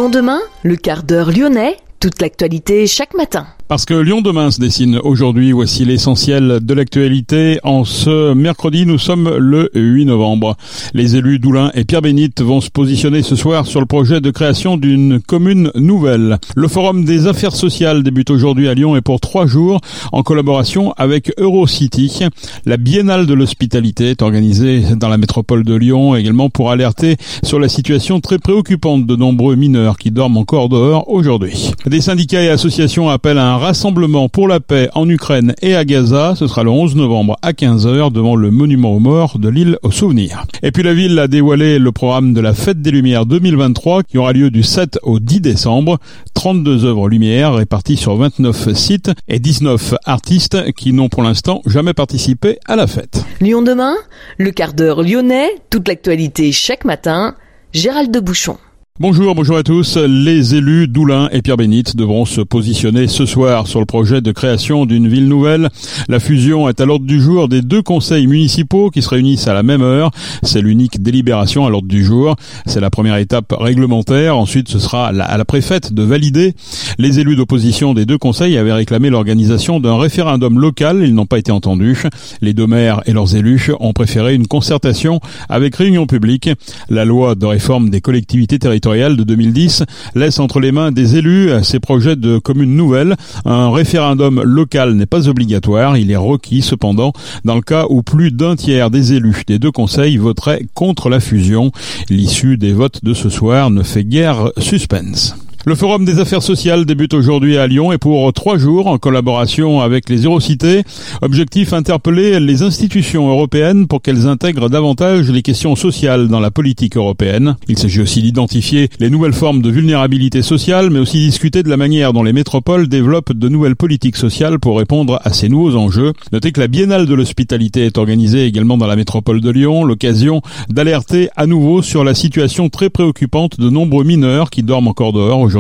Lyon demain, le quart d'heure lyonnais, toute l'actualité chaque matin. Parce que Lyon demain se dessine aujourd'hui, voici l'essentiel de l'actualité. En ce mercredi, nous sommes le 8 novembre. Les élus d'Oulin et Pierre-Bénite vont se positionner ce soir sur le projet de création d'une commune nouvelle. Le Forum des affaires sociales débute aujourd'hui à Lyon et pour 3 jours en collaboration avec Eurocity. La Biennale de l'hospitalité est organisée dans la métropole de Lyon également pour alerter sur la situation très préoccupante de nombreux mineurs qui dorment encore dehors aujourd'hui. Des syndicats et associations appellent à un rassemblement pour la paix en Ukraine et à Gaza. Ce sera le 11 novembre à 15h devant le monument aux morts de l'île aux souvenirs. Et puis la ville a dévoilé le programme de la Fête des Lumières 2023 qui aura lieu du 7 au 10 décembre. 32 œuvres lumière réparties sur 29 sites et 19 artistes qui n'ont pour l'instant jamais participé à la fête. Lyon demain, le quart d'heure lyonnais, toute l'actualité chaque matin. Gérald de Bouchon. Bonjour à tous. Les élus d'Oulin et Pierre-Bénite devront se positionner ce soir sur le projet de création d'une ville nouvelle. La fusion est à l'ordre du jour des 2 conseils municipaux qui se réunissent à la même heure. C'est l'unique délibération à l'ordre du jour. C'est la première étape réglementaire. Ensuite, ce sera à la préfète de valider. Les élus d'opposition des 2 conseils avaient réclamé l'organisation d'un référendum local. Ils n'ont pas été entendus. Les 2 maires et leurs élus ont préféré une concertation avec réunion publique. La loi de réforme des collectivités territoriales de 2010 laisse entre les mains des élus ces projets de communes nouvelles. Un référendum local n'est pas obligatoire, il est requis cependant dans le cas où plus d'un tiers des élus des 2 conseils voteraient contre la fusion. L'issue des votes de ce soir ne fait guère suspense. Le Forum des affaires sociales débute aujourd'hui à Lyon et pour 3 jours en collaboration avec les Eurocités. Objectif, interpeller les institutions européennes pour qu'elles intègrent davantage les questions sociales dans la politique européenne. Il s'agit aussi d'identifier les nouvelles formes de vulnérabilité sociale, mais aussi discuter de la manière dont les métropoles développent de nouvelles politiques sociales pour répondre à ces nouveaux enjeux. Notez que la Biennale de l'hospitalité est organisée également dans la métropole de Lyon, l'occasion d'alerter à nouveau sur la situation très préoccupante de nombreux mineurs qui dorment encore dehors aujourd'hui.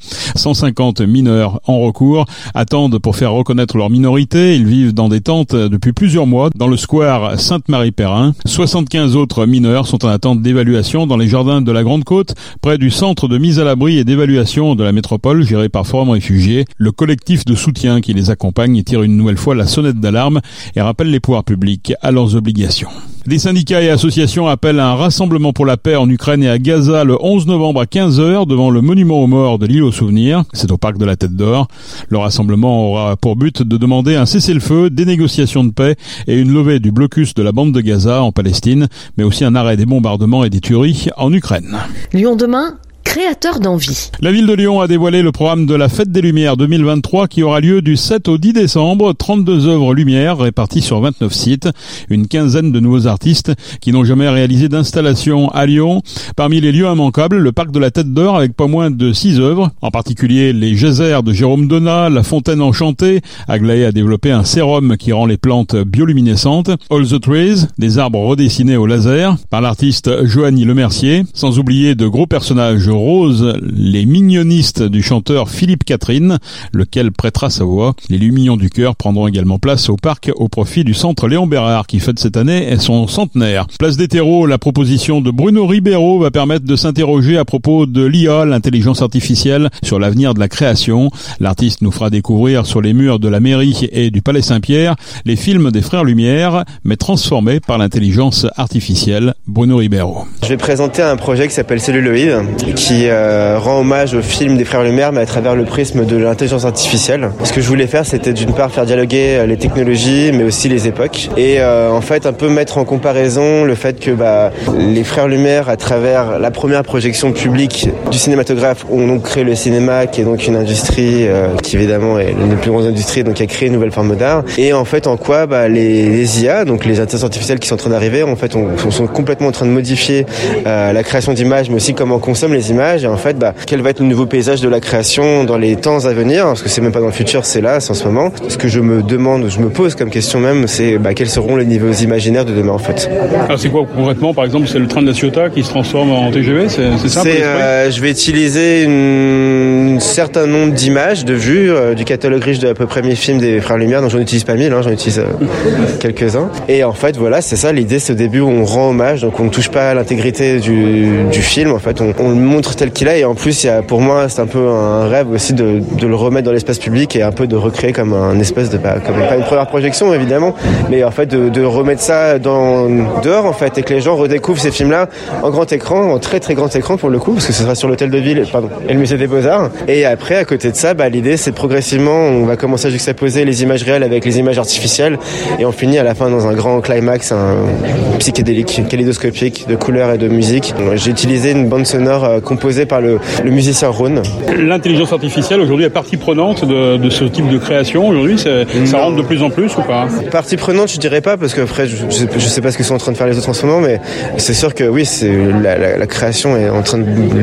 150 mineurs en recours attendent pour faire reconnaître leur minorité. Ils vivent dans des tentes depuis plusieurs mois dans le square Sainte-Marie-Perrin. 75 autres mineurs sont en attente d'évaluation dans les jardins de la Grande Côte, près du centre de mise à l'abri et d'évaluation de la métropole géré par Forum Réfugiés. Le collectif de soutien qui les accompagne tire une nouvelle fois la sonnette d'alarme et rappelle les pouvoirs publics à leurs obligations. Des syndicats et associations appellent à un rassemblement pour la paix en Ukraine et à Gaza le 11 novembre à 15h devant le monument aux morts de l'île aux souvenirs. C'est au parc de la Tête d'Or. Le rassemblement aura pour but de demander un cessez-le-feu, des négociations de paix et une levée du blocus de la bande de Gaza en Palestine, mais aussi un arrêt des bombardements et des tueries en Ukraine. Lyon demain, créateur d'envie. La ville de Lyon a dévoilé le programme de la Fête des Lumières 2023 qui aura lieu du 7 au 10 décembre. 32 œuvres lumière réparties sur 29 sites. Une quinzaine de nouveaux artistes qui n'ont jamais réalisé d'installation à Lyon. Parmi les lieux immanquables, le parc de la Tête d'Or avec pas moins de 6 œuvres. En particulier les geysers de Jérôme Donat, la fontaine enchantée. Aglaé a développé un sérum qui rend les plantes bioluminescentes. All the Trees, des arbres redessinés au laser par l'artiste Joanie Lemercier. Sans oublier de gros personnages roses, les mignonistes du chanteur Philippe Catherine, lequel prêtera sa voix. Les Lumignons du Cœur prendront également place au parc au profit du centre Léon Bérard qui fête cette année son centenaire. Place des terreaux, la proposition de Bruno Ribeiro va permettre de s'interroger à propos de l'IA, l'intelligence artificielle, sur l'avenir de la création. L'artiste nous fera découvrir sur les murs de la mairie et du Palais Saint-Pierre les films des Frères Lumière, mais transformés par l'intelligence artificielle. Bruno Ribeiro. Je vais présenter un projet qui s'appelle Celluloïd, qui rend hommage au film des Frères Lumière, mais à travers le prisme de l'intelligence artificielle. Ce que je voulais faire, c'était d'une part faire dialoguer les technologies, mais aussi les époques. Et en fait, un peu mettre en comparaison le fait que les Frères Lumière, à travers la première projection publique du cinématographe, ont donc créé le cinéma, qui est donc une industrie qui évidemment est l'une des plus grandes industries, donc qui a créé une nouvelle forme d'art. Et en fait, en quoi les IA, donc les intelligences artificielles qui sont en train d'arriver, en fait, sont complètement en train de modifier la création d'images, mais aussi comment on consomme les images. Et en fait, quel va être le nouveau paysage de la création dans les temps à venir, parce que c'est même pas dans le futur, c'est là, c'est en ce moment. Ce que je me demande, je me pose comme question même, c'est quels seront les niveaux imaginaires de demain, en fait. Alors c'est quoi concrètement, par exemple, c'est le train de la Ciotat qui se transforme en TGV, c'est ça? Je vais utiliser un certain nombre d'images, de vues du catalogue riche de à peu près 1000 films des Frères Lumière, donc j'en utilise pas 1000, j'en utilise quelques-uns. Et en fait, voilà, c'est ça l'idée, c'est au début où on rend hommage, donc on ne touche pas à l'intégrité du film, en fait, on le montre montre tel qu'il est. Et en plus, pour moi, c'est un peu un rêve aussi de le remettre dans l'espace public et un peu de recréer comme un espèce de, comme pas une première projection évidemment, mais en fait de remettre ça dehors en fait, et que les gens redécouvrent ces films-là en grand écran, en très très grand écran pour le coup, parce que ce sera sur l'hôtel de ville, et le musée des Beaux-Arts. Et après, à côté de ça, l'idée c'est progressivement, on va commencer à juxtaposer les images réelles avec les images artificielles, et on finit à la fin dans un grand climax, un psychédélique, kaléidoscopique de couleurs et de musique. J'ai utilisé une bande sonore composée par le musicien Rhône. L'intelligence artificielle aujourd'hui est partie prenante de ce type de création. Aujourd'hui, ça rentre de plus en plus ou pas? Partie prenante, je dirais pas, parce que après, je sais pas ce qu'ils sont en train de faire les autres en ce moment, mais c'est sûr que oui, la création est en train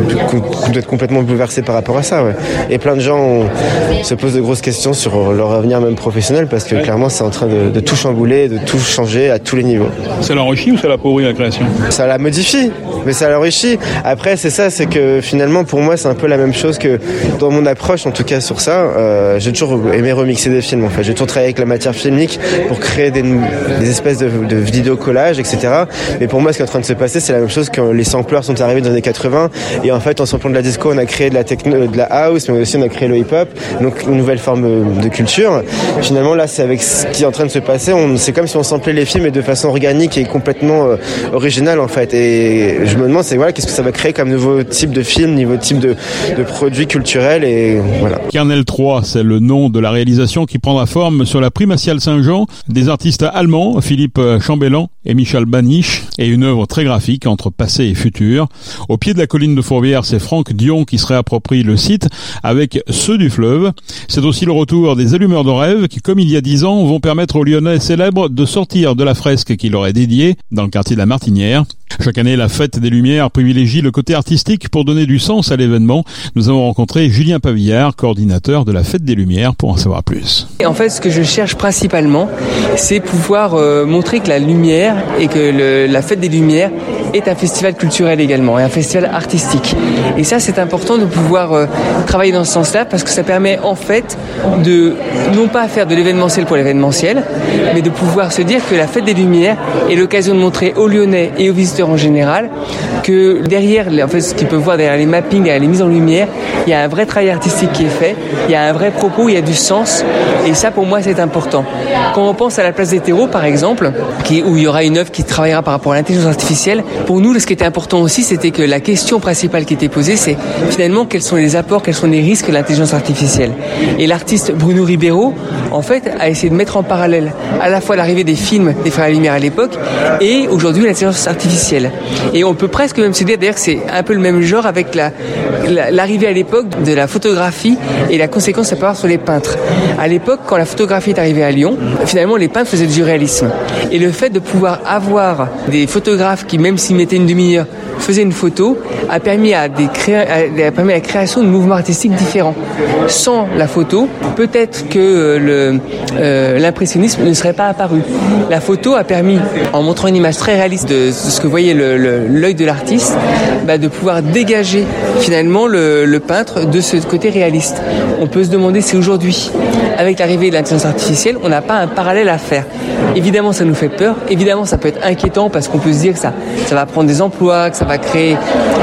d'être complètement bouleversée par rapport à ça. Ouais. Et plein de gens se posent de grosses questions sur leur avenir même professionnel, parce que clairement, c'est en train de tout chambouler, de tout changer à tous les niveaux. Ça l'enrichit ou ça l'appauvrit la création? Ça la modifie, mais ça l'enrichit. Après, c'est que finalement, pour moi, c'est un peu la même chose que dans mon approche, en tout cas sur ça. J'ai toujours aimé remixer des films. En fait, j'ai toujours travaillé avec la matière filmique pour créer des espèces de vidéos collages, etc. Mais pour moi, ce qui est en train de se passer, c'est la même chose quand les sampleurs sont arrivés dans les années 80. Et en fait, en samplant de la disco, on a créé de la house, mais aussi on a créé le hip-hop, donc une nouvelle forme de culture. Finalement, là, c'est avec ce qui est en train de se passer. C'est comme si on samplait les films, mais de façon organique et complètement originale, en fait. Et je me demande, qu'est-ce que ça va créer comme nouveau type de film, nouveau type de produits culturels, et voilà. Kernel 3, c'est le nom de la réalisation qui prendra forme sur la Primatiale Saint-Jean, des artistes allemands, Philippe Chambellan et Michel Banisch, et une œuvre très graphique entre passé et futur. Au pied de la colline de Fourvière, c'est Franck Dion qui se réapproprie le site avec ceux du fleuve. C'est aussi le retour des allumeurs de rêve qui, comme il y a 10 ans, vont permettre aux Lyonnais célèbres de sortir de la fresque qui leur est dédiée dans le quartier de la Martinière. Chaque année, la Fête des Lumières privilégie le côté artistique pour donner du sens à l'événement. Nous avons rencontré Julien Pavillard, coordinateur de la Fête des Lumières, pour en savoir plus. Et en fait, ce que je cherche principalement, c'est pouvoir montrer que la lumière et que la Fête des Lumières est un festival culturel également, et un festival artistique. Et ça, c'est important de pouvoir travailler dans ce sens-là, parce que ça permet en fait de, non pas faire de l'événementiel pour l'événementiel, mais de pouvoir se dire que la Fête des Lumières est l'occasion de montrer aux Lyonnais et aux visiteurs en général que derrière, en fait, ce qu'ils peuvent voir derrière les mappings, derrière les mises en lumière, il y a un vrai travail artistique qui est fait, il y a un vrai propos, il y a du sens, et ça pour moi c'est important. Quand on pense à la place des terreaux par exemple, où il y aura une œuvre qui travaillera par rapport à l'intelligence artificielle, pour nous ce qui était important aussi, c'était que la question principale qui était posée, c'est finalement quels sont les apports, quels sont les risques de l'intelligence artificielle. Et l'artiste Bruno Ribeiro en fait a essayé de mettre en parallèle à la fois l'arrivée des films des Frères Lumière à l'époque et aujourd'hui l'intelligence artificielle. Et on peut presque même se dire d'ailleurs que c'est un peu le même genre avec l'arrivée à l'époque de la photographie et la conséquence que ça peut avoir sur les peintres. À l'époque, quand la photographie est arrivée à Lyon, finalement les peintres faisaient du réalisme. Et le fait de pouvoir avoir des photographes qui, même s'ils mettaient une demi-heure, faisaient une photo, a permis la création de mouvements artistiques différents. Sans la photo, peut-être que l'impressionnisme ne serait pas apparu. La photo a permis, en montrant une image très réaliste de ce que voyait l'œil de l'artiste, de pouvoir dégager finalement le peintre de ce côté réaliste. On peut se demander si aujourd'hui, avec l'arrivée de l'intelligence artificielle, on n'a pas un parallèle à faire. Évidemment, ça nous fait peur. Évidemment, ça peut être inquiétant parce qu'on peut se dire que ça va prendre des emplois, que ça va créer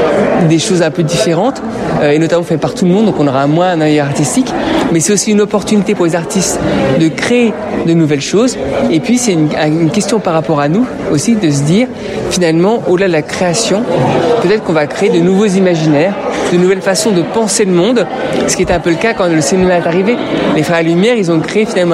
des choses un peu différentes, et notamment fait par tout le monde, donc on aura moins un œil artistique. Mais c'est aussi une opportunité pour les artistes de créer de nouvelles choses. Et puis, c'est une question par rapport à nous aussi de se dire, finalement, au-delà de la création, peut-être qu'on va créer de nouveaux imaginaires, de nouvelles façons de penser le monde, ce qui était un peu le cas quand le cinéma est arrivé. Les Frères Lumière, ils ont créé finalement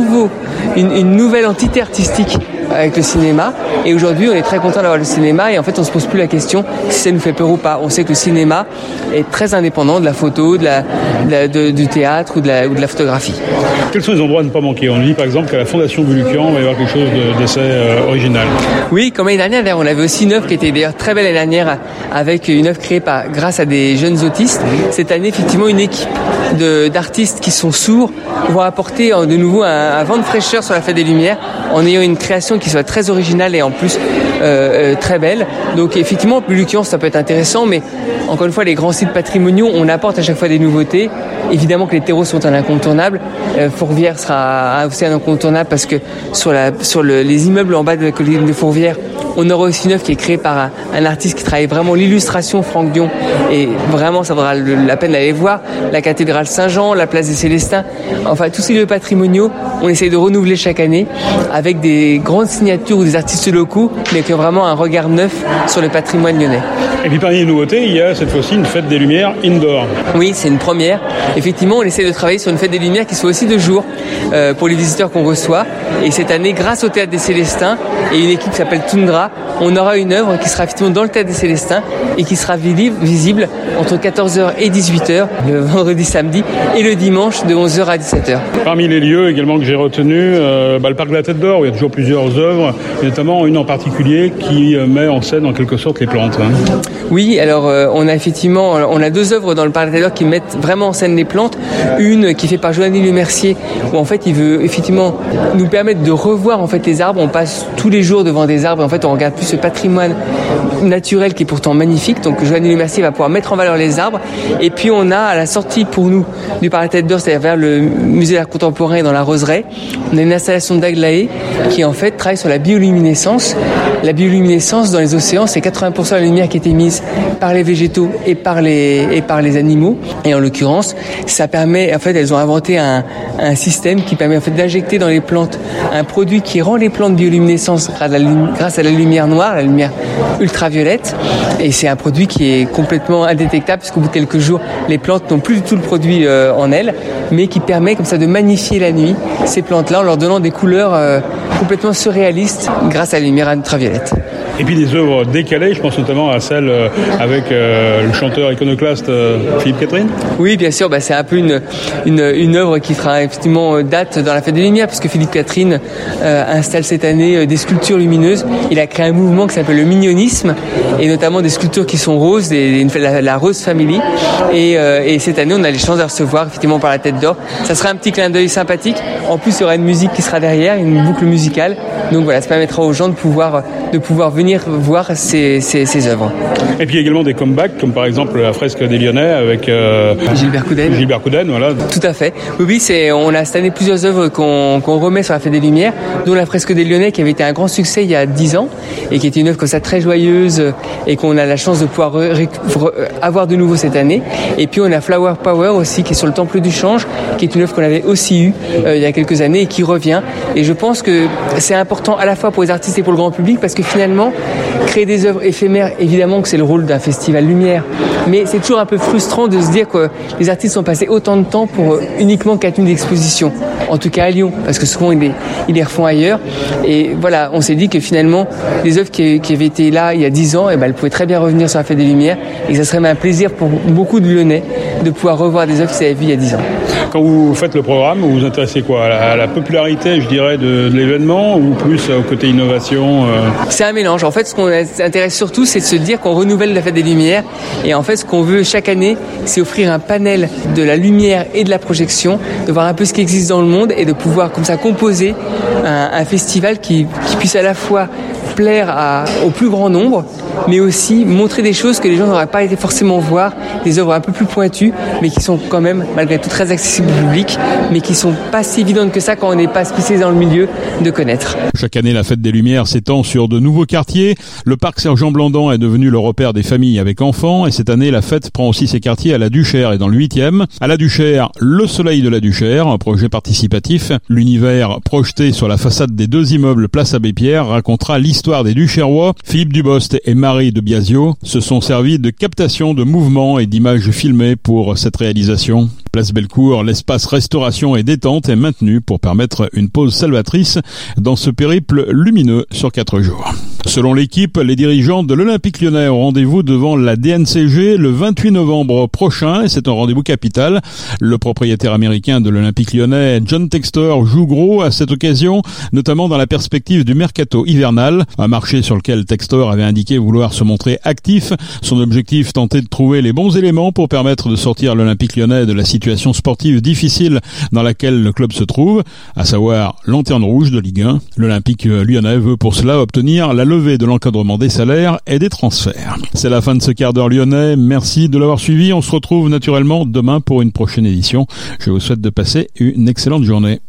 une nouvelle entité artistique avec le cinéma, et aujourd'hui on est très content d'avoir le cinéma, et en fait on se pose plus la question si ça nous fait peur ou pas. On sait que le cinéma est très indépendant de la photo, du théâtre ou de la photographie. Quels sont les endroits à ne pas manquer? On dit par exemple qu'à la Fondation Bulucan, il va y avoir quelque chose d'assez original. Oui, comme l'année dernière, on avait aussi une œuvre qui était d'ailleurs très belle l'année dernière, avec une œuvre créée grâce à des jeunes autistes. Cette année, effectivement, une équipe d'artistes qui sont sourds vont apporter de nouveau un vent de fraîcheur sur la Fête des Lumières, en ayant une création qui soit très originale et en plus très belle. Donc effectivement, Bulucan, ça peut être intéressant, mais encore une fois, les grands sites patrimoniaux, on apporte à chaque fois des nouveautés. Évidemment que les terreaux sont un incontournable. Fourvière sera aussi un incontournable parce que sur les immeubles en bas de la colline de Fourvière, On aura aussi une œuvre qui est créée par un artiste qui travaille vraiment l'illustration, Franck Dion, et vraiment ça vaudra la peine d'aller voir. La cathédrale Saint-Jean, la place des Célestins, enfin tous ces lieux patrimoniaux, on essaye de renouveler chaque année avec des grandes signatures ou des artistes locaux, mais qui ont vraiment un regard neuf sur le patrimoine lyonnais. Et puis parmi les nouveautés, il y a cette fois-ci une fête des Lumières indoor. Oui, c'est une première. Effectivement, on essaie de travailler sur une fête des Lumières qui soit aussi de jour pour les visiteurs qu'on reçoit. Et cette année, grâce au Théâtre des Célestins et une équipe qui s'appelle Tundra, on aura une œuvre qui sera effectivement dans le Théâtre des Célestins et qui sera visible entre 14h et 18h, le vendredi, samedi, et le dimanche de 11h à 17h. Parmi les lieux également que j'ai retenus, le Parc de la Tête d'Or, où il y a toujours plusieurs œuvres, et notamment une en particulier qui met en scène en quelque sorte les plantes. Oui, alors on a deux œuvres dans le Parc de la Tête d'Or qui mettent vraiment en scène les plantes. Une qui est faite par Joanny Lemercier, où en fait il veut effectivement nous permettre de revoir en fait les arbres. On passe tous les jours devant des arbres et en fait on regarde plus ce patrimoine naturel qui est pourtant magnifique. Donc Joanny Lemercier va pouvoir mettre en valeur les arbres. Et puis on a à la sortie pour nous du Parc de la Tête d'Or, c'est-à-dire vers le musée d'art contemporain et dans la Roseraie, on a une installation d'Aglaé qui en fait travaille sur la bioluminescence. La bioluminescence dans les océans, c'est 80% de la lumière qui est émise par les végétaux et par les animaux. Et en l'occurrence, ça permet, en fait, elles ont inventé un système qui permet en fait d'injecter dans les plantes un produit qui rend les plantes bioluminescentes grâce à la lumière noire, la lumière ultraviolette. Et c'est un produit qui est complètement indétectable puisqu'au bout de quelques jours, les plantes n'ont plus du tout le produit en elles, mais qui permet comme ça de magnifier la nuit ces plantes-là en leur donnant des couleurs complètement surréalistes grâce à la lumière ultraviolette. Et puis des œuvres décalées, je pense notamment à celle avec le chanteur iconoclaste Philippe Catherine. Oui, bien sûr, c'est un peu une œuvre qui fera effectivement date dans la Fête des Lumières, puisque Philippe Catherine installe cette année des sculptures lumineuses. Il a créé un mouvement qui s'appelle le mignonisme, et notamment des sculptures qui sont roses, la Rose Family. Et cette année, on a les chances de recevoir effectivement par la Tête d'Or. Ça sera un petit clin d'œil sympathique. En plus, il y aura une musique qui sera derrière, une boucle musicale. Donc voilà, ça permettra aux gens de pouvoir venir voir ces œuvres. Et puis également des comebacks, comme par exemple la fresque des Lyonnais avec Gilbert Couden. Voilà. Tout à fait. Oui, on a cette année plusieurs œuvres qu'on remet sur la Fête des Lumières, dont la fresque des Lyonnais qui avait été un grand succès il y a 10 ans et qui était une œuvre comme ça très joyeuse et qu'on a la chance de pouvoir avoir de nouveau cette année. Et puis on a Flower Power aussi qui est sur le Temple du Change, qui est une œuvre qu'on avait aussi eue il y a quelques années et qui revient. Et je pense que c'est important à la fois pour les artistes et pour le grand public parce que finalement, créer des œuvres éphémères, évidemment que c'est le rôle d'un festival lumière, mais c'est toujours un peu frustrant de se dire que les artistes ont passé autant de temps pour uniquement 4 nuits d'exposition, en tout cas à Lyon, parce que souvent ils les refont ailleurs. Et voilà, on s'est dit que finalement, les œuvres qui avaient été là il y a 10 ans, elles pouvaient très bien revenir sur la Fête des Lumières et que ça serait même un plaisir pour beaucoup de Lyonnais de pouvoir revoir des œuvres qu'ils avaient vues il y a 10 ans. Quand vous faites le programme, vous vous intéressez quoi à la popularité, je dirais, de l'événement ou plus au côté innovation C'est un mélange. En fait, ce qu'on s'intéresse surtout, c'est de se dire qu'on renouvelle la Fête des Lumières. Et en fait, ce qu'on veut chaque année, c'est offrir un panel de la lumière et de la projection, de voir un peu ce qui existe dans le monde et de pouvoir comme ça composer un festival qui puisse à la fois plaire au plus grand nombre, mais aussi montrer des choses que les gens n'auraient pas été forcément voir, des œuvres un peu plus pointues, mais qui sont quand même, malgré tout, très accessibles au public, mais qui sont pas si évidentes que ça quand on n'est pas spécialisé dans le milieu de connaître. Chaque année, la Fête des Lumières s'étend sur de nouveaux quartiers. Le parc Sergent Blandan est devenu le repère des familles avec enfants, et cette année, la fête prend aussi ses quartiers à la Duchère et dans le 8e. À la Duchère, le Soleil de la Duchère, un projet participatif. L'univers projeté sur la façade des 2 immeubles Place Abbé Pierre racontera l'histoire des Duchérois. Philippe Dubost et Marie de Biasio se sont servis de captation de mouvements et d'images filmées pour cette réalisation. Place Bellecour, l'espace restauration et détente est maintenu pour permettre une pause salvatrice dans ce périple lumineux sur 4 jours. Selon l'équipe, les dirigeants de l'Olympique Lyonnais ont rendez-vous devant la DNCG le 28 novembre prochain et c'est un rendez-vous capital. Le propriétaire américain de l'Olympique Lyonnais, John Textor, joue gros à cette occasion, notamment dans la perspective du mercato hivernal, un marché sur lequel Textor avait indiqué vouloir se montrer actif. Son objectif, tenter de trouver les bons éléments pour permettre de sortir l'Olympique Lyonnais de la situation sportive difficile dans laquelle le club se trouve, à savoir lanterne rouge de Ligue 1. L'Olympique Lyonnais veut pour cela obtenir la levée de l'encadrement des salaires et des transferts. C'est la fin de ce quart d'heure lyonnais. Merci de l'avoir suivi. On se retrouve naturellement demain pour une prochaine édition. Je vous souhaite de passer une excellente journée.